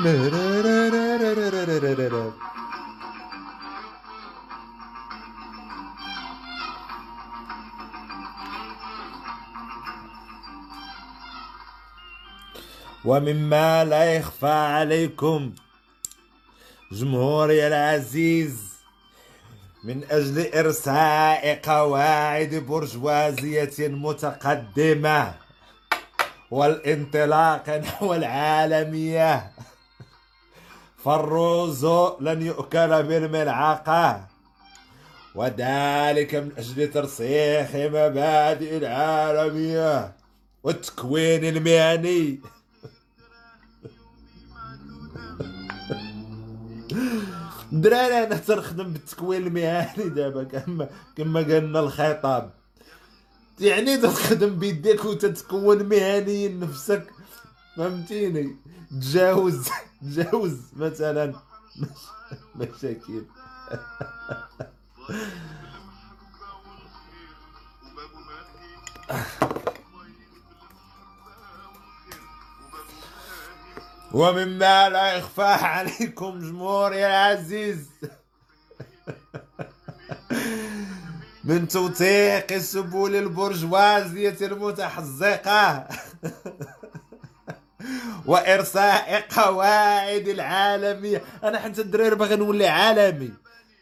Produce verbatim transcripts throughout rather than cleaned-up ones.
ومما لا يخفى عليكم جمهوري العزيز، من أجل إرساء قواعد برجوازية متقدمة والانطلاق نحو العالمية، فالرز لن يؤكل بالملعقة، وذلك من أجل ترسيخ مبادئ العالمية والتكوين المهني. دراري انا تنخدم بالتكوين المهني دابا كما كما قالنا الخطاب، يعني تخدم بيديك وتتكون مهنيا نفسك، فهمتيني؟ تجاوز تجاوز مثلا مشاكل. ومما لا يخفى عليكم جمهوري العزيز من توثيق سبل البرجوازية المتحزقة وإرساء قواعد العالمية. أنا حتى الدراري باغي نولي عالمي،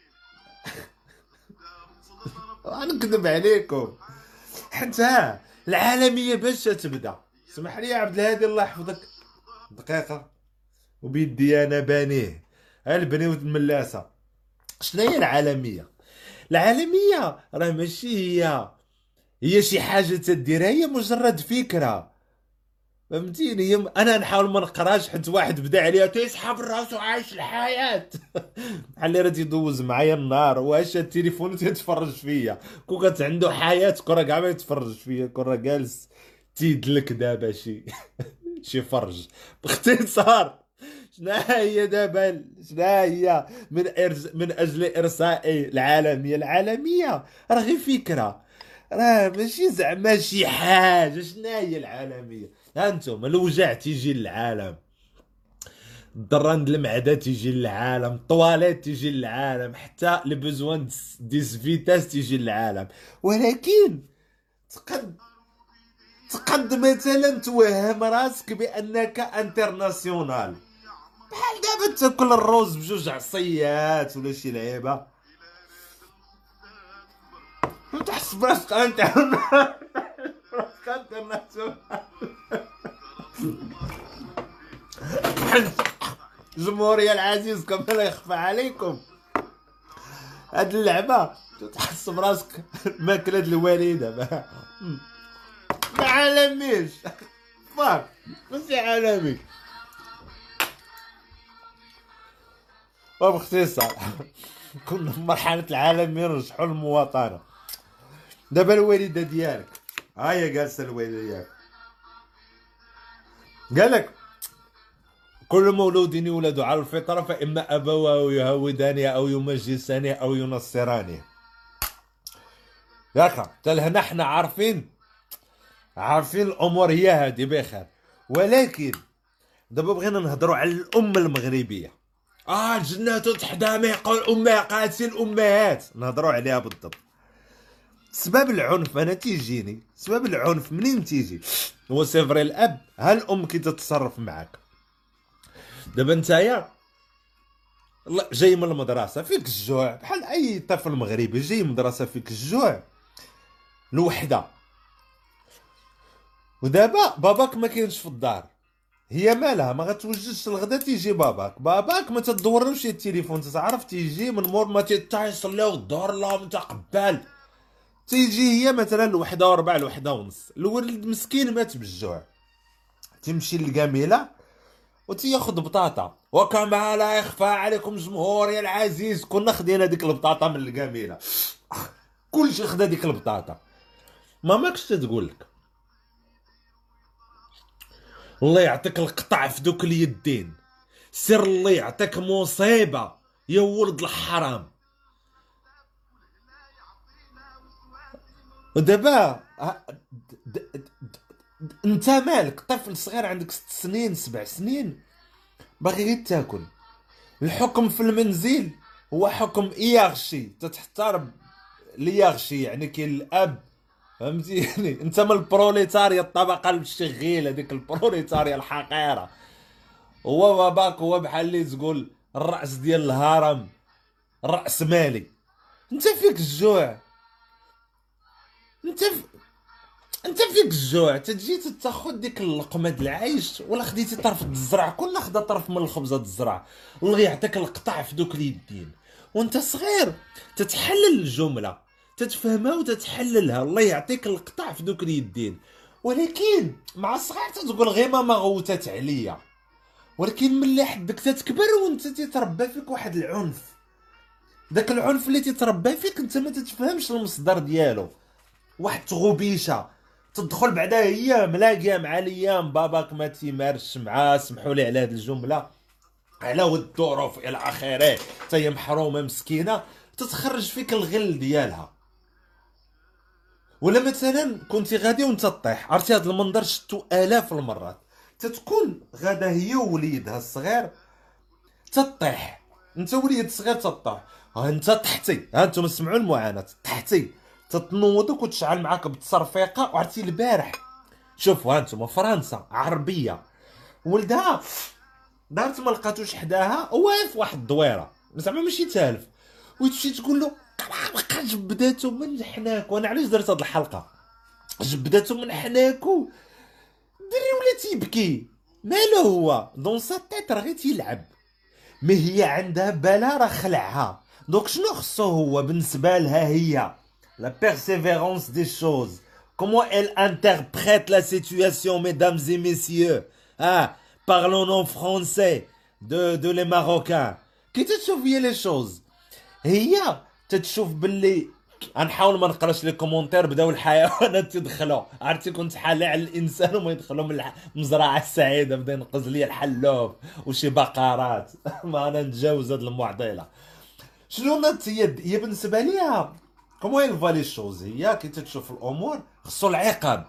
غنكذب عليكم. حتى العالمية باش تبدا، سمح لي يا عبد الهادي الله يحفظك دقيقة وبيدي أنا بانيه، البني والملاسة. شنو هي العالمية؟ العالمية راه ماشي هي هي شي حاجة تديرها، هي مجرد فكرة، فهمتيني؟ انا نحاول ما نقراش حيت واحد بدا عليها تيسحب راسو عايش الحياه بحال اللي راه تيدوز معايا النهار واش التليفون تيتفرج فيا، كون كانت عنده حياه كون كاع ما يتفرج فيا، كون راه جالس تيدلك دابا شي شي فرج. باختصار شنو هي دابا؟ شنو هي من إرز من اجل ارساء العالميه؟ العالميه راه غير فكره، راه ماشي زعما شي حاجه. شنو هي العالميه؟ ها انتم الوجع تيجي للعالم، الضران د المعده تيجي للعالم، الطواليت تيجي للعالم، حتى لي بوزوان دي سفيتاس تيجي للعالم. ولكن تقد تقد مثلا توهم راسك بانك انترناسيونال، بحال دابا تاكل الروز بجوج عصيات ولا شي لعيبه وتحس براسك انت انترناسيونال. جمهوري العزيز كما لا يخفى عليكم، هاد اللعبه تحس براسك ماكله الوالده ما ما عالميش فاك ماشي عالمي. وباختصار كنا في مرحله العالميه نرجحوا المواطنه. دابا الوالده ديالك ها هي جالسه، الوالده ديالك قالك كل مولود يولد على الفطرة فإما أبواه يهودانه أو يمجسانه أو ينصرانه. ياك حتى لهنا حنا عارفين عارفين الأمور هي هادي بخير، ولكن دابا بغينا نهضروا على الأمة المغربية. آه الجنات تحت ميق الأمهات الأمهات نهضروا عليها بالضبط. سبب العنف أنا تيجيني سبب العنف منين تيجي؟ هو سيفري الأب ها الأم كي تتصرف معاك. دابا نتايا جاي من المدرسه فيك الجوع بحال اي طفل مغربي جاي من المدرسه فيك الجوع الوحده، ودابا باباك ما كاينش في الدار، هي مالها ما غتوجدش الغدا تيجي باباك باباك ما تدورلوش التليفون، تعرف تيجي من مور ما تيتصل له الدور لا متقبل، تيجي هي مثلا الوحده وربع الوحده ونص، الولد مسكين مات بالجوع، تمشي للجميله وتياخد بطاطا. وكما لا يخفى عليكم جمهوري العزيز كنا خدينا ديك البطاطا من الجميله، كلشي خدا ديك البطاطا. ماماكش تقول لك الله يعطيك القطع في دوك اليدين، سير الله يعطيك مصيبه يا ولد الحرام. ودابا انت مالك طفل صغير عندك ست سنين سبع سنين باغي غير تاكل. الحكم في المنزل هو حكم ايارشي، تتحترم ليارشي، يعني كاين الاب، فهمتيني؟ انت من البروليتاريا، الطبقه الشغيله، ديك البروليتاريا الحقيره. هو باباك هو بحال اللي تقول الراس ديال الهرم، الراس مالي. انت فيك الجوع، انت ف... انت فيك الجوع، تجي تاخذ ديك اللقمه د العيش، ولا خديتي طرف د الزرع، كل خدا طرف من الخبزه د الزرع، الله يعطيك القطع في دوك اليدين. وانت صغير تتحلل الجمله، تتفهمها وتتحللها، الله يعطيك القطع في دوك اليدين. ولكن مع الصغير تتقول غير ماما غوتات عليا. ولكن ملي حدك تتكبر وانت تتربى فيك واحد العنف، داك العنف اللي تتربى فيك انت ما تتفهمش المصدر ديالو، واحد تغوبيشه تدخل بعدا هي ملاقيه مع الايام، باباك ما تيمارش معاه، سمحوا لي على هذه الجمله، على ود الظروف الى اخره، حتى هي محرومه مسكينه، تتخرج فيك الغل ديالها. ولا مثلا كنتي غادي وانت طيح، عرفتي هذا المنظر شفتو الاف المرات، تتكون غادا هي ووليدها الصغير تطيح، انت وليد صغير تطيح، ها انت طحتي، ها انتم سمعوا المعاناه، طحتي تتنوضك وتشعل معاك بالتصرفيقه. وعرفتي البارح شوفوا ها انتم فرنسا عربيه، ولدها دارت ما لقاتوش حداها، واقف واحد الدويره زعما ماشي تالف، وتمشي تقول له بقى جبداتو من حناك. وانا علاش درت هاد الحلقه، جبداتو من حناكو، دري ولا تيبكي، مالو هو دون سا تيت راه غير تيلعب، مي هي عندها بالا راه خلعها. دونك شنو خصو هو بالنسبه لها هي la persévérance des choses, comment elle interprète la situation, mesdames et messieurs, ah, parlons en français de, de les Marocains. كي تتشوفي لي شوز هي تتشوف باللي، غنحاول ما نقراش لي كومونتير، بداو الحيوانات تدخلوا، عرفتي كنت حالي على الانسان وما يدخلوا من المزرعه السعيده، بدا ينقز لي الحلوف وشي بقرات ما انا نتجاوز هاد المعضله. شنو نات هي هي بالنسبه ليها كومون يل فالي شوز، هي كي تتشوف الامور خصو العقاب،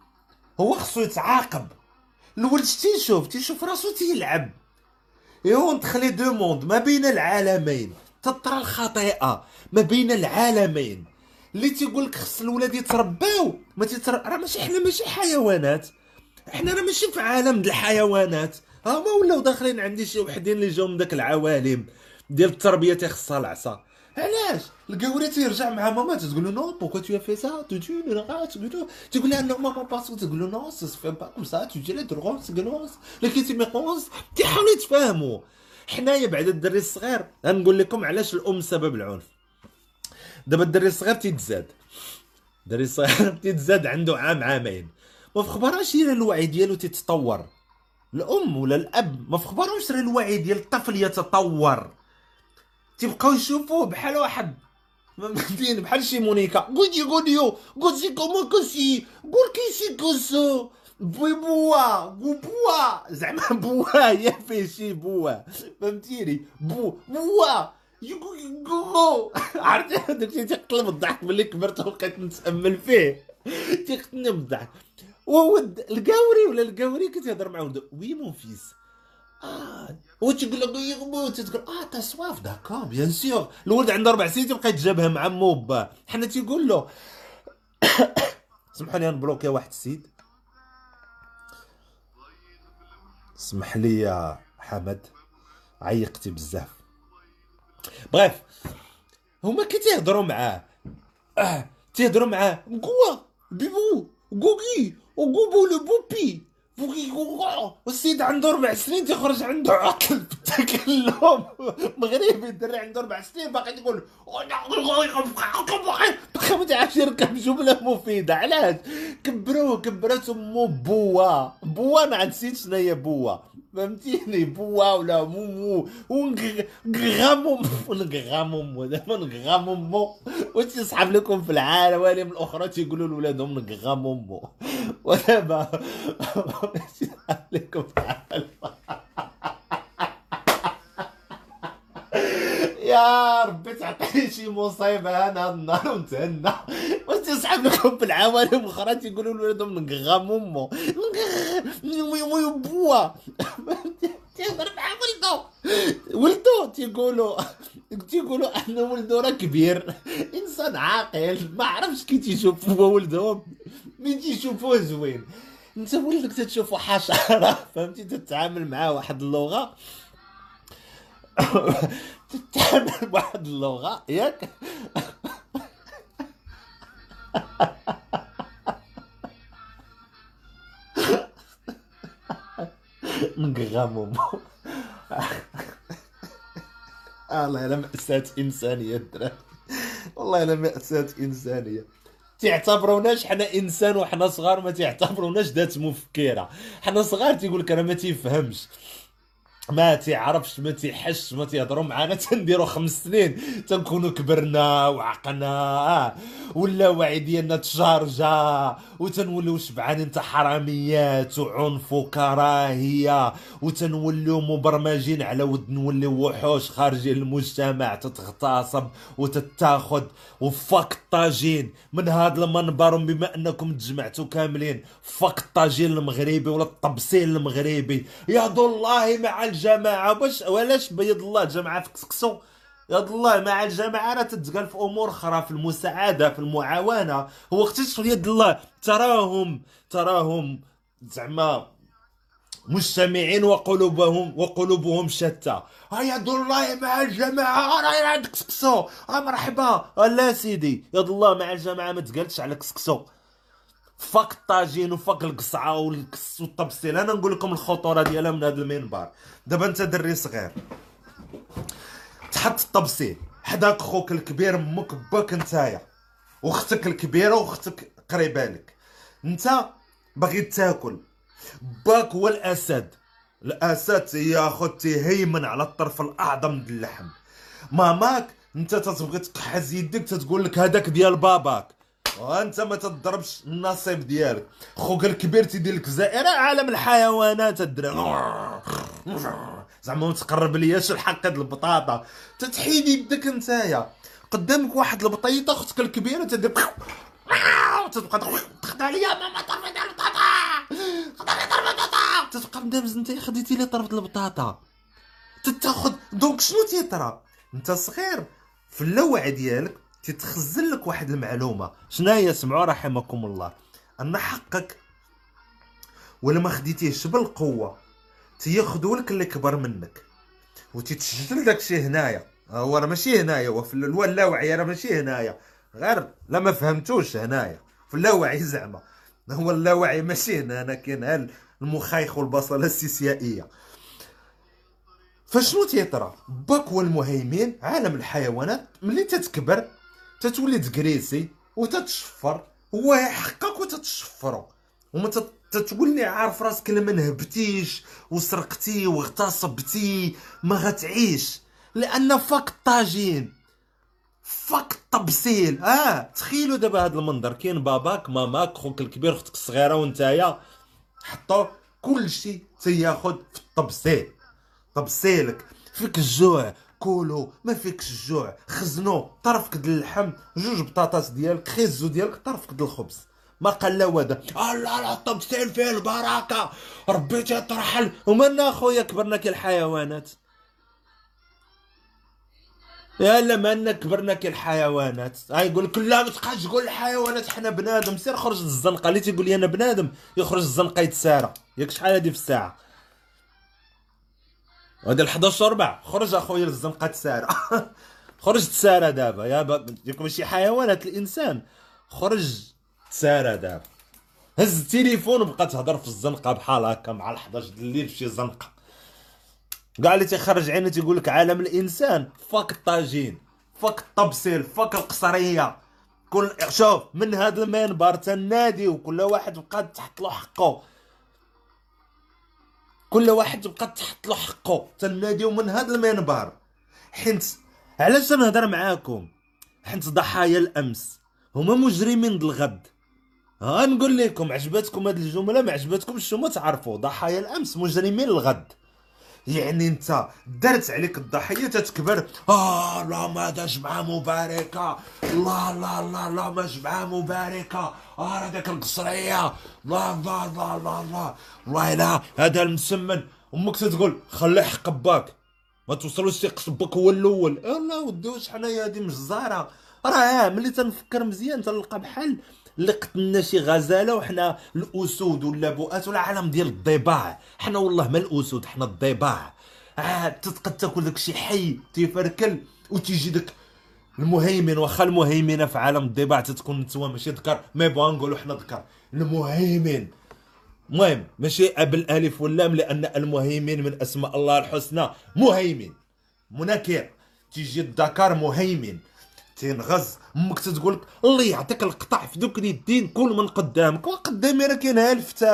هو خصو يتعاقب. الولد تيشوف تيشوف راسو تيلعب، ايوا تخلي دو موند ما بين العالمين، تطرى الخطيئه ما بين العالمين، اللي تيقول لك خص الولاد يترباو ما تيتر... راه ماشي حنا ماشي حيوانات، حنا راه ماشي في عالم د الحيوانات، ها ما ولاو داخلين عندي شي وحدين اللي جاو من داك العوالم ديال التربيه تيخصها العصا. علاش القوري تيرجع مع ماما تقول له نو بوكو تو في سا تو تو نو تقول تقول لها نو ماما باسكو تقول له نو سي في با كوم سا تو جي لي دروغونس غنوس لكن تي ميقونس تيحاولوا يتفاهموا. حنايا بعد الدري الصغير غنقول لكم علاش الام سبب العنف. دابا الدري الصغير تيتزاد، الدري الصغير تيتزاد عنده عام عامين، ما في خبراش راه الوعي ديالو تيتطور، الام ولا الاب ما في خبراش راه الوعي ديال الطفل يتطور، تيبقاو يشوفوه بحال واحد فهمتيني بحال شي مونيكا قولي قوليو قولي كومون كوسي قول كيسي كوسو بوي بوا قول بوا زعما بوا هي فيه شي بوا فهمتيني بو بوا يقول يقول عرفتي داكشي تيقتل بالضحك ملي كبرت وبقيت نتامل فيه تيقتلني بالضحك. وهو القاوري ولا القاوري كتهضر مع ولده وي مون فيس اه هو تيقول لك يغموت تقول اه تا سواف داكور بيان سور. الولد عنده اربع سنين تيبقى يتجابه مع مو وباه، حنا تيقول له سمحوا لي نبلوكي واحد السيد، سمح لي يا حمد عيقتي بزاف. بغيف هما كي تيهضروا معاه اه تيهضروا معاه قوه بيبو غوغي وغوبو لو بوبي والسيد عنده اربع سنين تيخرج عنده عطل بالتكلم مغربي، الدري عنده اربع سنين باقي تقول خمسة عشر كم جمله مفيده. علاش كبروه كبرات امو بوا بوا ما نسيت شنو هي بوا فهمتيني بوا ولا مومو ونغامو ونغامو دابا نغامو واش يصحاب لكم في العالم الاخرى تيقولوا لولادهم نغامو ودابا عليكم يا ربي تعطيني شي مصيبه انا هاد النهار ونتهنى. واش تسحب لكم في العوالم الاخرى تيقولوا لولادهم نغا مومو نغا بوا تيهضر مع ولدو، ولدو تيقولوا تيقولوا ان ولدو راه كبير، انسان عاقل، ما عرفش كي تيشوف هو ولدهم مين تيشوفوه زوين. انت ولدك تتشوفو حشره، فهمتي، تتعامل معاه واحد اللغه تتعامل بواحد اللغه ياك. نغامو والله الا مأساة إنسانية الدراري، والله الا مأساة إنسانية. تعتبروناش حنا انسان وحنا صغار، ما تعتبروناش ذات مفكره. حنا صغار تيقول لك راه ما تيفهمش، ما تيعرفش، ما تيحش، ما تيهضروا معانا تنديروا خمس سنين تنكونوا كبرنا وعقنا، آه. ولا الوعي ديالنا تشارجا وتنوليو شبعانين تاع حراميات وعنف وكراهيه، وتنوليو مبرمجين على ود نوليو وحوش خارجين المجتمع، تتغتصب وتتاخد. وفاك الطاجين من هذا المنبر، بما انكم تجمعتوا كاملين، فاك الطاجين المغربي ولا الطبسين المغربي. يد الله مع الجماعه، باش ولاش بيد الله جماعه في كسكسو. يد الله مع الجماعه راه تتقال في امور اخرى، في المساعده، في المعاونه. هو اختش يد الله، تراهم تراهم زعما مجتمعين وقلوبهم وقلوبهم شتى. ها يد الله مع الجماعه، راه عندك كسكسو، ها مرحبا. لا سيدي، يد الله مع الجماعه ما تقالتش على كسكسو. فاك الطاجين وفاك القصعه والكس والطبسيل. انا نقول لكم الخطوره ديالها من هذا المنبر. دابا انت دري صغير، تحط الطبسيل حداك خوك الكبير، امك باك نتايا واختك الكبيره واختك قريبه لك، انت باغي تاكل. باك هو الاسد، الاسد ياخذ تيهيمن على الطرف الاعظم من اللحم. ماماك انت تتبغي تقحز يدك، تتقول لك هذاك ديال باباك، وانت ما تضربش النصيب ديالك. خوك الكبير تيدير لك زائره عالم الحيوانات الدراري، زعما ما تقرب لياش الحقد البطاطا، تتحيد يدك نتايا. قدامك واحد البطيطه اختك الكبيره تدير تتبقى تخدع عليا ماما طرفت البطاطا، خدع لي طرف البطاطا، تتبقى مدابز انت خديتي لي طرف البطاطا تتاخد. دونك شنو تيطرا؟ انت صغير في اللاوعي ديالك تتخزن لك واحد المعلومه. شنو هي؟ سمعوا رحمكم الله، ان حقك ولا ما خديتيهش بالقوه تياخذوا لك اللي كبر منك وتتسجل داكشي هنايا. هو راه ماشي هنايا، هو في اللاوعي، راه ماشي هنايا، غير لا ما فهمتوش هنايا في اللاوعي زعما. هو اللاوعي ماشي هنا، انا كاين المخيخ والبصله السيسيائيه. فشنو تيطرا؟ باك هو المهيمن عالم الحيوانات. ملي تتكبر تتولي تكريسي وتتشفر، هو حقك وتتشفرو، وما تتولي عارف راسك لما نهبتيش وسرقتي واغتصبتي ما غتعيش، لان فاك الطاجين فاك الطبسيل. اه تخيلوا دابا هذا المنظر، كاين باباك ماماك خوك الكبير اختك الصغيره ونتايا، حطوا كلشي تياخذ في الطبسيل. طبسيلك فيك الجوع كولو، ما فيكش الجوع خزنو طرف كد اللحم، جوج بطاطاس ديالك، خيزو ديالك، طرف كد الخبز. ما قال لا ودا الله لا الطبسيل فيه البركه ربي تيطرحل. ومالنا اخويا كبرنا كالحيوانات، يا لا مالنا كبرنا كالحيوانات. هاي يقول لك لا ما تبقاش تقول الحيوانات حنا بنادم، سير خرج للزنقه. اللي تيقول لي انا بنادم يخرج الزنقه يتسارى. ياك شحال هادي في الساعه؟ هذا الحداش وربع. خرج اخويا للزنقه تسارى خرج تسارى دابا يا با... ديكم ماشي حيوانات الانسان. خرج تسارى دابا، هز التليفون وبقى تهضر في الزنقه بحال هكا مع الحداش د الليل في شي زنقه. كاع اللي تيخرج عينه تيقول لك عالم الانسان. فاك الطاجين، فاك الطبسيل، فاك القصريه. كل شوف من هذا المنبر تنادي، وكل واحد بقى تحط له حقه، كل واحد بقى تحط له حقه. تناديو من هذا المنبر. حيت علاش نهضر معاكم؟ حيت ضحايا الامس هما مجرمين الغد. ها نقول لكم، عجبتكم هذه الجمله ما عجبتكمش ما تعرفوا، ضحايا الامس مجرمين الغد. يعني انت درت عليك الضحيه تتكبر، اه لا ما دا جمعه مباركه، لا لا لا لا ما جمعه مباركه، اه هذاك القصريه، لا لا لا لا لا والله لا هذا المسمن، امك تتقول خلي حق باك، ما توصلوش تيقص باك هو الاول. لا ودي واش حنايا هادي مجزاره؟ راه ملي تنفكر مزيان تنلقى بحال اللي قتلنا شي غزاله وحنا الاسود ولا بؤات ولا عالم ديال الضباع. حنا والله ما الاسود، حنا الضباع. عاد تتقد تاكل داكشي حي تيفركل وتيجي داك المهيمن. واخا المهيمنه في عالم الضباع تتكون نتوما ماشي ذكر، مي بغا نقولوا حنا ذكر المهيمن. المهم ماشي بالالف واللام، لان المهيمن من اسماء الله الحسنى. مهيمن منكر، تيجي الذكر مهيمن تينغز. امك تتقول لك الله يعطيك القطع في دوك اليدين كل من قدامك. وقدامي راه كاينه الفتاه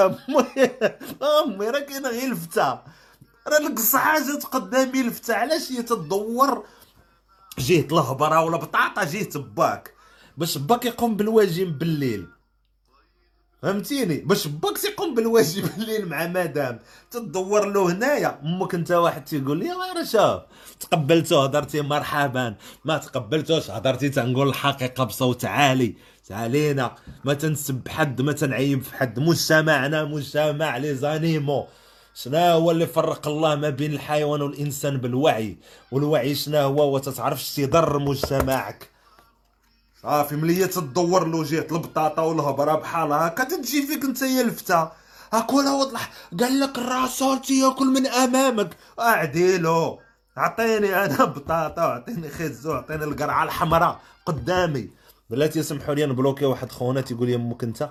امي، راه كاينه غير الفتاه، راه القصعه جات قدامي الفتاه. علاش هي تدور جهه الهبره ولا بطاطا جهه باك باش باك يقوم بالواجب بالليل؟ فهمتيني؟ باش باك يقوم بالواجب بالليل مع مدام تدور له هنايا. امك انت واحد تيقول لي راه شوف تقبلتو هضرتي مرحبا، ما تقبلتوش هضرتي تنقول الحقيقه بصوت عالي. تعالينا ما تنسب حد، ما تنعيب في حد. مجتمعنا مجتمع لي زانيمو. شنو هو اللي فرق الله ما بين الحيوان والانسان؟ بالوعي. والوعي شنو هو؟ وتتعرفش تضر مجتمعك. صافي ملي تدور له جهه البطاطا والهبره بحال هكا تجي فيك انت يا الفتى. هاكولا وضح قال لك الرسول تياكل من امامك. اعديلو عطيني انا بطاطا، عطيني خيزو، عطيني القرعه الحمراء قدامي. بلاتي يسمحوا لي نبلوكي واحد خونا تيقول لي امك انت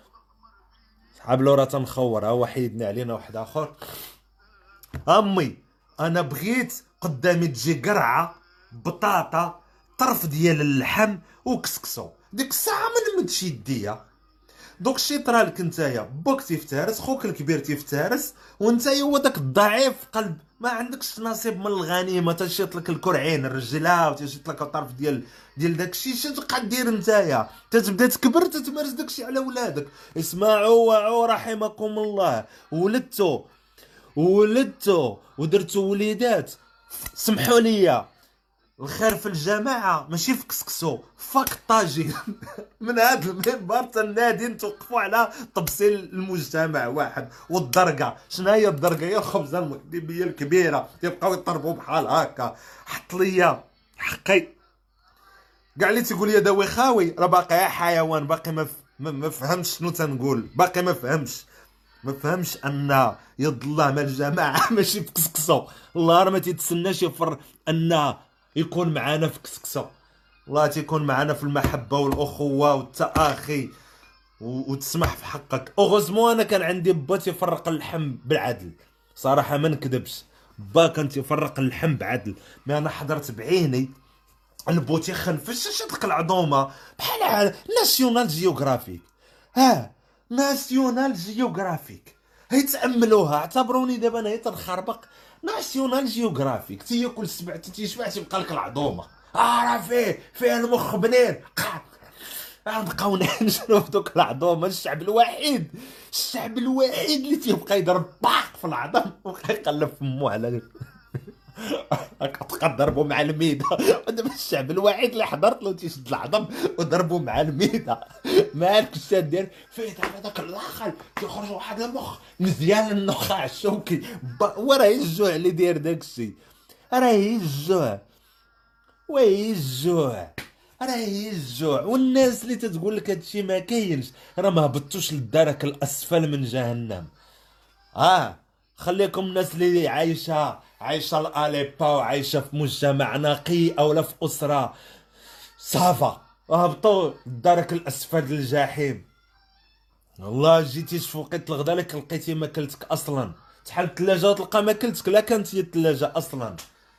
صحاب له راه تنخور. ها هو حيدنا علينا واحد اخر. امي انا بغيت قدامي تجي قرعه بطاطا طرف ديال اللحم وكسكسو. ديك الساعه ما نمدش يديا. دوك الشي طرالك نتايا باك تيفترس، خوك الكبير تيفترس، وانتايا هو داك الضعيف قلب ما عندكش نصيب من الغنيمه. تشيط لك الكرعين الرجله وتشيط لك الطرف ديال ديال داكشي. شنو تبقى دير نتايا؟ تتبدا تكبر تتمارس داكشي على ولادك. اسمعوا وعوا رحمكم الله. ولدتو ولدتو ودرتو وليدات. سمحوا لي الخير في الجماعه ماشي في كسكسو، فاك الطاجين. من هذا المنبر تنادي نتوقفوا على تبصيل المجتمع واحد. والدرقه شنو هي الدرقه؟ هي الخبزه المغربيه الكبيره تيبقاو يطربوا بحال هكا. حط ليا حقي كاع اللي تيقول لي داوي خاوي راه باقي حيوان، باقي ما ما فهمش شنو تنقول، باقي ما فهمش ما فهمش ان يد الله مع الجماعه ماشي في كسكسو. الله راه ما تيتسناش يفر ان يكون معنا في كسكسو. الله تيكون معنا في المحبه والاخوه والتآخي وتسمح في حقك. اوغوزمون انا كان عندي با تيفرق اللحم بالعدل، صراحه ما نكذبش. با كان تيفرق اللحم بعدل. ما انا حضرت بعيني البو تيخنفش شي ديك العظومه بحال ناسيونال جيوغرافيك. ها ناسيونال جيوغرافيك هي تأملوها. اعتبروني دابا انا تنخربق. ناسيونال جيوغرافيك تياكل السبع تيشبع تيبقى لك العظومه. اه راه فيه فيه المخ بنين. غنبقاو نشرو في دوك العظومه. الشعب الوحيد الشعب الوحيد اللي تيبقى يضرب باق في العظم وبقى يقلب فمو على كتبقى ضربوا مع الميده. ودابا الشعب الوحيد اللي حضرت له تيشد العظم وضربوا مع الميده. مالك اش تدير فيه دابا داك الاخر تيخرج واحد المخ مزيان النخاع الشوكي. وراه هي الجوع اللي داير داكشي. راه هي الجوع وهي الجوع راه هي الجوع. والناس اللي تتقول لك هادشي ما كاينش راه ما هبطوش للدرك الاسفل من جهنم. اه خليكم الناس اللي عايشه عايشه الاليبا وعايشه في مجتمع نقي او لا في اسره صافا هبطوا الدرك الاسفل للجحيم. والله جيتي شفوقيت الغدا لك لقيتي ما كلتك اصلا. تحل الثلاجه وتلقى ما كلتك لا كانت هي الثلاجه اصلا.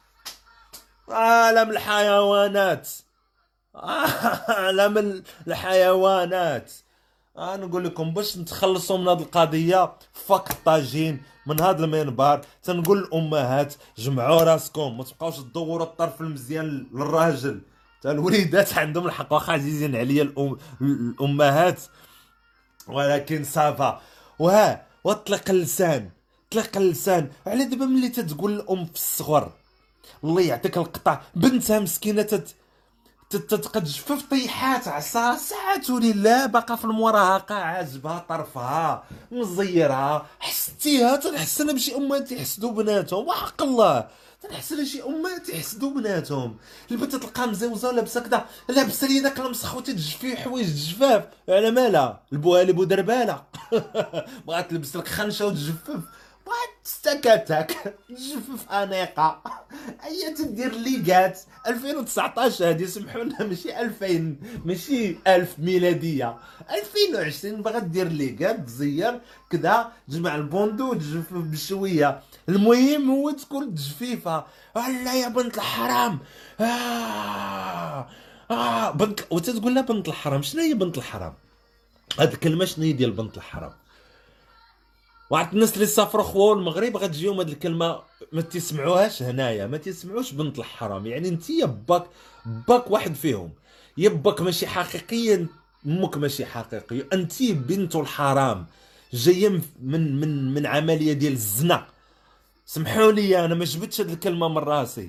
عالم الحيوانات عالم الحيوانات. آه نقول لكم باش نتخلصوا من هذه القضيه فك الطاجين من هذا المنبر. تنقول الامهات جمعوا راسكم، ما تبقاوش تدوروا الطرف المزيان للراجل. تا الوليدات عندهم الحق واخا عزيزين عليا الأم... الامهات، ولكن صافا. وها واطلق اللسان طلق اللسان على دابا ملي تتقول الام في الصغر الله يعطيك القطع بنتها مسكينه تت تتقدجف طيحات عصا ساعات ولله باقا في المراهقه عاجبها طرفها مزيرها حستيها. تنحسن بشي امات يحسدوا بناتهم وحق الله تنحسن شي امات يحسدوا بناتهم. البنت تلقى مزوزه ولابسه كدا لابسه لي داك المسخ وتتجفي حوايج الجفاف على مالها البوالب ودرباله بغات تلبس لك خنشه وتجفف بغات تستكاتك تجفف انيقه هي تدير ليغات ألفين وتسعطاش هادي سمحوا لنا ماشي ألفين ماشي ألف ميلاديه ألفين وعشرين باغا دير ليغات تزير كدا تجمع البوندو وتجفف بشويه. المهم هو تكون تجفيفه لا يا بنت الحرام آه آه بنت وتتقول لها بنت الحرام. شنو هي بنت الحرام؟ هاد الكلمه شنو هي ديال بنت الحرام؟ واحد الناس اللي سافروا خوا المغرب غتجيهم هاد الكلمه ما تسمعوهاش هنايا ما تسمعوش بنت الحرام. يعني انت يا باك باك واحد فيهم يا باك ماشي حقيقيا امك ماشي حقيقيه انت بنت الحرام جايه من من من عمليه ديال الزنا. سمحوا لي انا ما جبتش هاد الكلمه من راسي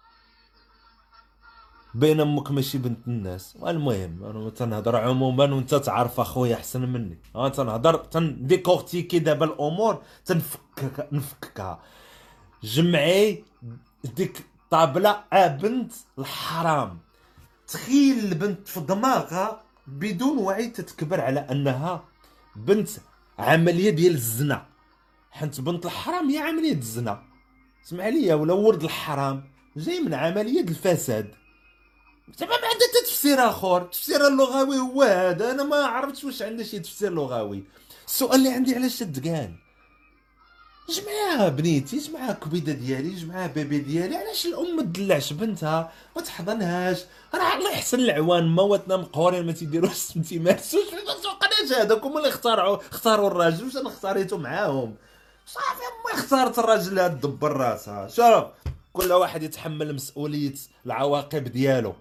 بين امك ماشي بنت الناس. المهم انا تنهضر عموما وانت تعرف اخويا احسن مني. انا تنهضر تنديكورتيكي دابا الامور تنفكك نفككها. جمعي ديك طابله ا بنت الحرام. تخيل البنت في دماغها بدون وعي تتكبر على انها بنت عمليه ديال الزنا. حنت بنت الحرام هي عمليه الزنا اسمح لي ولا ولد الحرام جاي من عمليه الفساد. زعما ما عندها تفسير اخر. التفسير اللغوي هو هذا. انا ما عرفتش واش عندها شي تفسير لغوي. السؤال اللي عندي علاش تدقان جمعها بنيتي جمعها كبيده ديالي جمعها بيبي ديالي علاش الام ما تدلعش بنتها ما تحضنهاش؟ راه الله يحسن العوان مواتنا مقهورين ما تيديروش ما تيمارسوش ما تسوقناش. هذاك هما اللي اختاروا اختاروا الراجل واش انا اختاريتو معاهم صافي. ما اختارت الراجل اللي تدبر راسها. شوف كل واحد يتحمل مسؤوليه العواقب ديالو.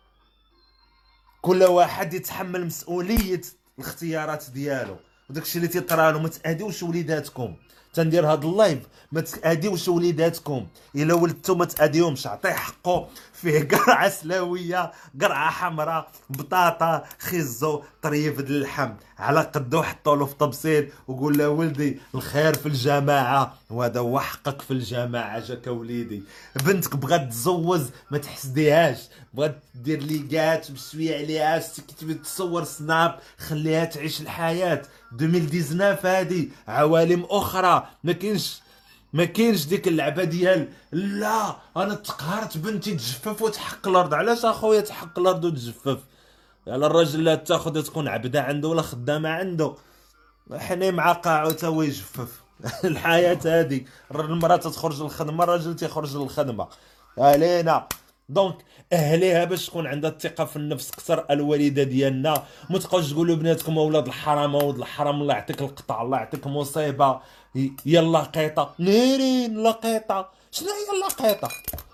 كل واحد يتحمل مسؤوليه الاختيارات ديالو وداكشي اللي تيطرالو. ما تاديوش وليداتكم. تندير هاد اللايف ما تاديوش وليداتكم. الا ولدتو ما تاديهمش عطيه حقه. فيه قرعه سلاويه قرعه حمراء بطاطا خيزو طريف د اللحم على قدو حطوا له في طبسيل وقول له ولدي الخير في الجماعه وهذا هو حقك في الجماعه. جاك وليدي بنتك بغات تزوز ما تحسديهاش بغات دير ليغات بشويه عليها كتبي تصور سناب خليها تعيش الحياه. ألفين وتسعطاش هادي عوالم اخرى ما كاينش ما كاينش ديك اللعبه ديال لا انا تقهرت بنتي تجفف وتحق الارض. علاش اخويا تحق الارض وتجفف؟ على الراجل لا تاخذ تكون عبده عنده ولا خدامه عنده حني مع قاعو تا هو يجفف. الحياه هذه المراه تخرج للخدمه الراجل تيخرج للخدمه علينا. دونك اهليها باش تكون عندها الثقه في النفس كثر. الوالده ديالنا ما تبقاوش تقولوا بناتكم اولاد الحرام اولاد الحرام الله يعطيك القطع الله يعطيك مصيبه يلا قيطه نيرين لقيطه. شنو هي اللقيطه؟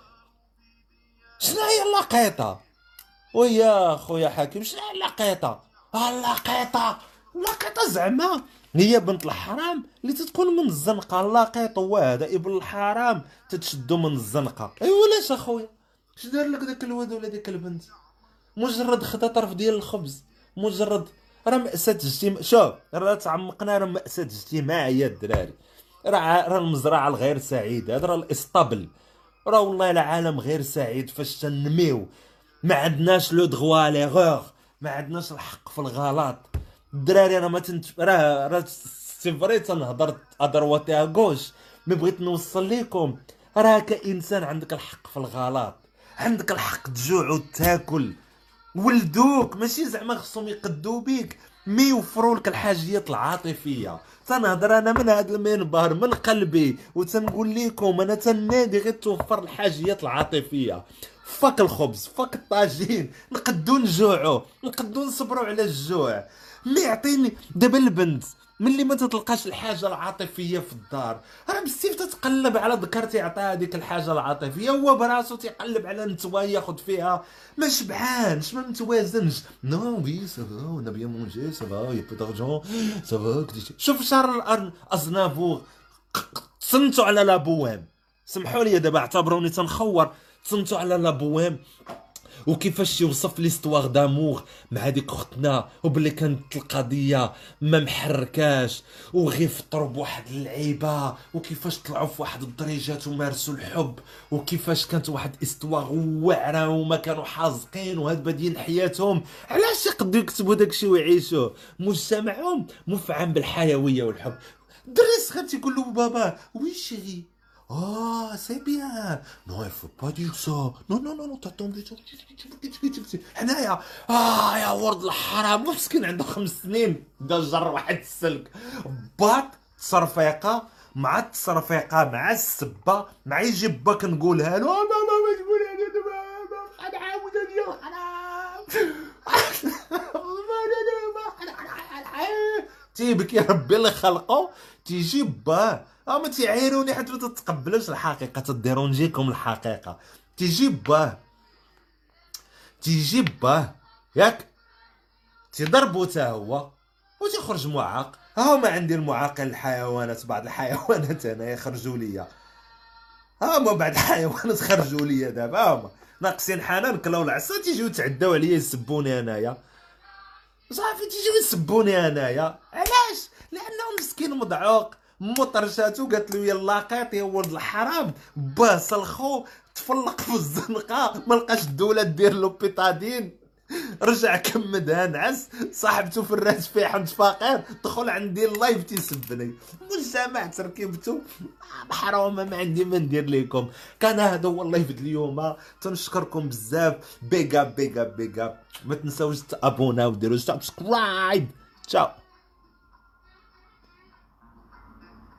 شنو هي اللقيطه؟ ويا خويا حكيم شنو هي اللقيطه؟ اللقيطه اللقيطه زعما هي بنت الحرام اللي تتكون من الزنقه. اللقيط هو هذا ابن الحرام تتشدو من الزنقه. ايوا علاش اخويا اش دار لك داك الواد ولا ديك البنت؟ مجرد خدا طرف ديال الخبز مجرد راه مأساة اجتماع. شوف راه تعمقنا راه مأساة اجتماعيه الدراري. راه راه المزرعه الغير سعيده هذا راه الاسطبل. راه والله العالم غير سعيد فاش تنميو ما عندناش لو دغوا ليغور ما عندناش الحق في الغلط. الدراري انا ما تنت راه راه سي فري تنهضر ادرواتي غوش مي بغيت نوصل لكم راه كانسان عندك الحق في الغلط عندك الحق تجوع وتاكل. ولدوك ماشي زعما خصهم يقدو بيك مي يوفروا لك الحاجيات العاطفيه. تنهضر انا من هذا المنبر من قلبي وتنقول لكم انا تنادي غير توفر الحاجيات العاطفيه. فك الخبز فك الطاجين نقدو نجوعو نقدو نصبروا على الجوع. مي يعطيني دابا البنت ملي ما تتلقاش الحاجه العاطفيه في الدار راه بزاف تتقلب على ذكر تعطيها ديك الحاجه العاطفيه هو براسو تيقلب على نتوى ياخذ فيها ما شبعانش ما متوازنش. نو وي سافا اون بيان مونجي سافا يا بو دارجون سافا. شوف شهر ازنافور تصنتوا على لابوام. سمحوا لي دابا اعتبروني تنخور تصنتوا على لابوام وكيفاش يوصف ليستواغ داموغ مع هذيك اختنا، وبلي كانت القضيه ما محركاش وغير فطروا بواحد اللعيبه، وكيفاش طلعوا في واحد الدريجات ومارسوا الحب، وكيفاش كانت واحد استواغ واعره وما كانوا حازقين وهاد بادين حياتهم. علاش يقدروا يكتبوا داكشي ويعيشوه؟ مجتمعهم مفعم بالحيويه والحب. الدري صغير تيقول له بابا وي شيري. Oh, c'est bien. Non, il faut pas dire ça. Non, non, non, non, t'attends du tout. حنايا اه يا ولد الحرام، مسكين عنده خمس سنين بدا جر واحد السلك باط تصرفيقه مع التصرفيقه مع السبه مع يجي با كنقولها له ماما ما تقولها لي دابا انا عاود ديال الحرام تيبكي ربي اللي خلقه. تيجي باه اه ما تيعايروني حيت ما تتقبلوش الحقيقه، تديرونجيكم الحقيقه. تيجي باه تيجي باه ياك تيضربو تا هو وتيخرج معاق. ها هما عندي المعاقين الحيوانات، بعض الحيوانات انا يخرجوا ليا، ها هما بعض الحيوانات خرجوا ليا دابا، هما ناقصين حنان كلاو العصا تيجيو تعداو عليا يسبوني انايا صافي، تيجيو يسبوني انايا. علاش؟ لانه مسكين مضعوق مطرشاتو قالت له يلا قيط يا ولد الحرام، باه سلخو تفلق في الزنقه ما لقاش الدوله دير له بيطادين، رجع كمدها نعس صاحبته في الراس فيه حمد فقير دخل عندي اللايف تيسبني. مجتمع تركيبته محرومه ما عندي ما ندير لكم. كان هذا هو اللايف د اليوم، تنشكركم بزاف. بيغا بيغا بيغا ما تنساوش تابونا وديروا سبسكرايب. تشاو.